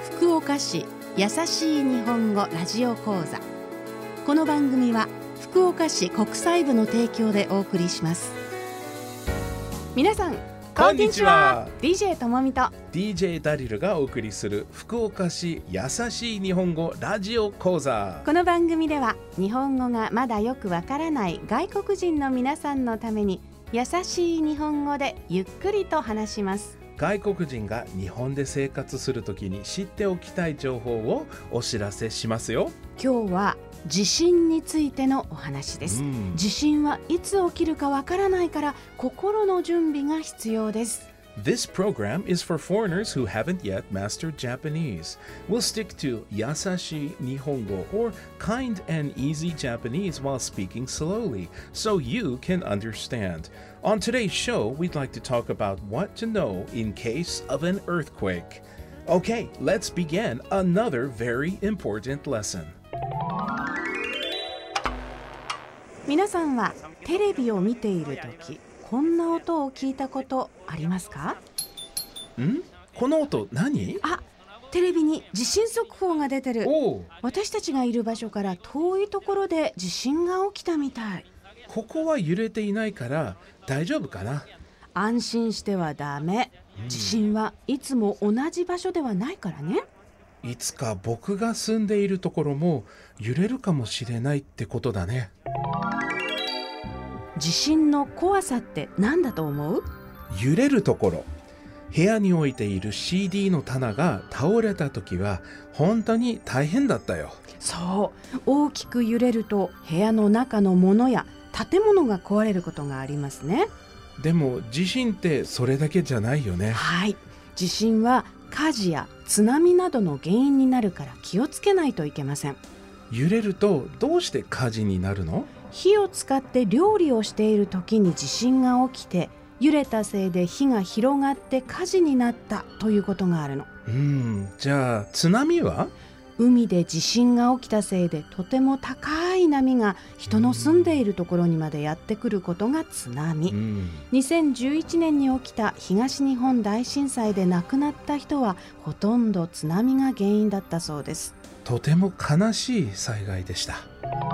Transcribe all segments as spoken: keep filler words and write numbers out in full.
福岡市やさしい日本語ラジオ講座。この番組は福岡市国際部の提供でお送りします。皆さんこんにちは。 ディージェー ともみとディージェー ダリルがお送りする福岡市やさしい日本語ラジオ講座。 この番組では日本語がまだよくわからない外国人の皆さんのために優しい日本語でゆっくりと話します。 外国人が日本で生活するときに知っておきたい情報をお知らせしますよ。 今日は地震についてのお話です、うん、地震はいつ起きるかわからないから心の準備が必要です。 This program is for foreigners who haven't yet mastered Japanese. We'll stick to Yasashi Nihongo or kind and easy Japanese while speaking slowly so you can understand. On today's show, we'd like to talk about what to know in case of an earthquake. Okay, let's begin another very important lesson. 皆さんはテレビを見ているときこんな音を聞いたことありますか？ ん？この音何？ あ、テレビに地震速報が出てる。私たちがいる場所から遠いところで地震が起きたみたい。 ここは揺れていないから大丈夫かな？ 安心してはダメ。地震はいつも同じ場所ではないからね。 いつか僕が住んでいるところも揺れるかもしれないってことだね。 地震の怖さって何だと思う？ 揺れるところ。部屋に置いている シーディー の棚が倒れた時は本当に大変だったよ。 そう、大きく揺れると部屋の中のものや建物が壊れることがありますね。 でも地震ってそれだけじゃないよね。 はい、地震は火事や津波などの原因になるから気をつけないといけません。 揺れるとどうして火事になるの？ 火を使って料理をしている時に地震が起きて揺れたせいで火が広がって火事になったということがあるの。 うーん、じゃあ津波は？ 海で地震が起きたせいでとても高い波が人の住んでいるところにまでやってくることが津波。にせんじゅういちねんに起きた東日本大震災で亡くなった人はほとんど津波が原因だったそうです。 とても悲しい災害でした。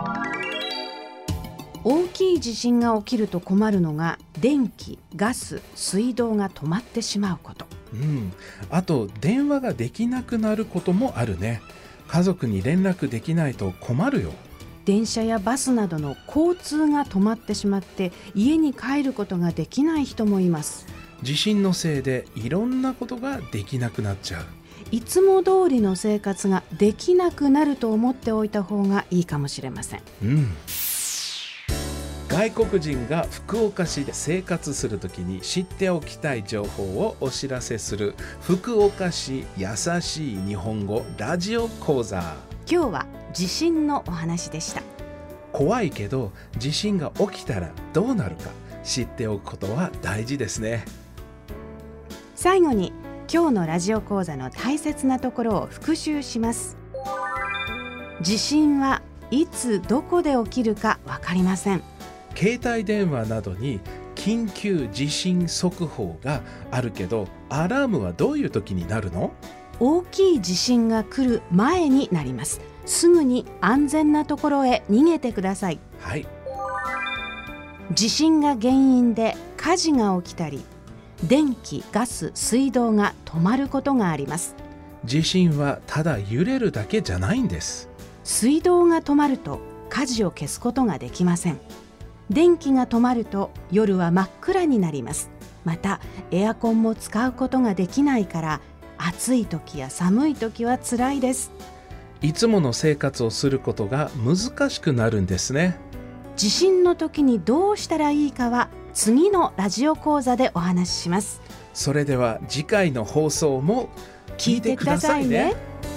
大きい地震が起きると困るのが電気、ガス、水道が止まってしまうこと、 うん、あと電話ができなくなることもあるね。家族に連絡できないと困るよ。 電車やバスなどの交通が止まってしまって家に帰ることができない人もいます。 地震のせいでいろんなことができなくなっちゃう。 いつも通りの生活ができなくなると思っておいた方がいいかもしれません。 うん、外国人が福岡市で生活するときに知っておきたい情報をお知らせする福岡市やさしい日本語ラジオ講座。 今日は地震のお話でした。 怖いけど地震が起きたらどうなるか知っておくことは大事ですね。 最後に今日のラジオ講座の大切なところを復習します。地震はいつどこで起きるか分かりません。 携帯電話などに緊急地震速報があるけどアラームはどういう時になるの？ 大きい地震が来る前になります。すぐに安全なところへ逃げてください。 はい。 地震が原因で火事が起きたり電気、ガス、水道が止まることがあります。 地震はただ揺れるだけじゃないんです。 水道が止まると火事を消すことができません。電気が止まると夜は真っ暗になります。またエアコンも使うことができないから暑い時や寒い時は辛いです。 いつもの生活をすることが難しくなるんですね。 地震の時にどうしたらいいかは次のラジオ講座でお話しします。 それでは次回の放送も聞いてくださいね。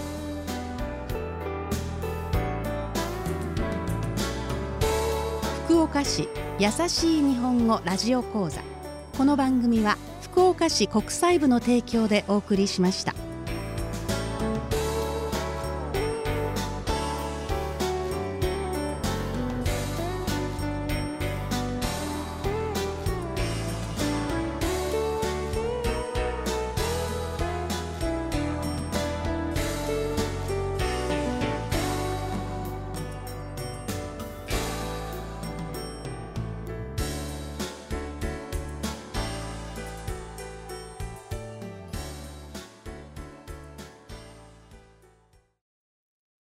福岡市やさしい日本語ラジオ講座。この番組は福岡市国際部の提供でお送りしました。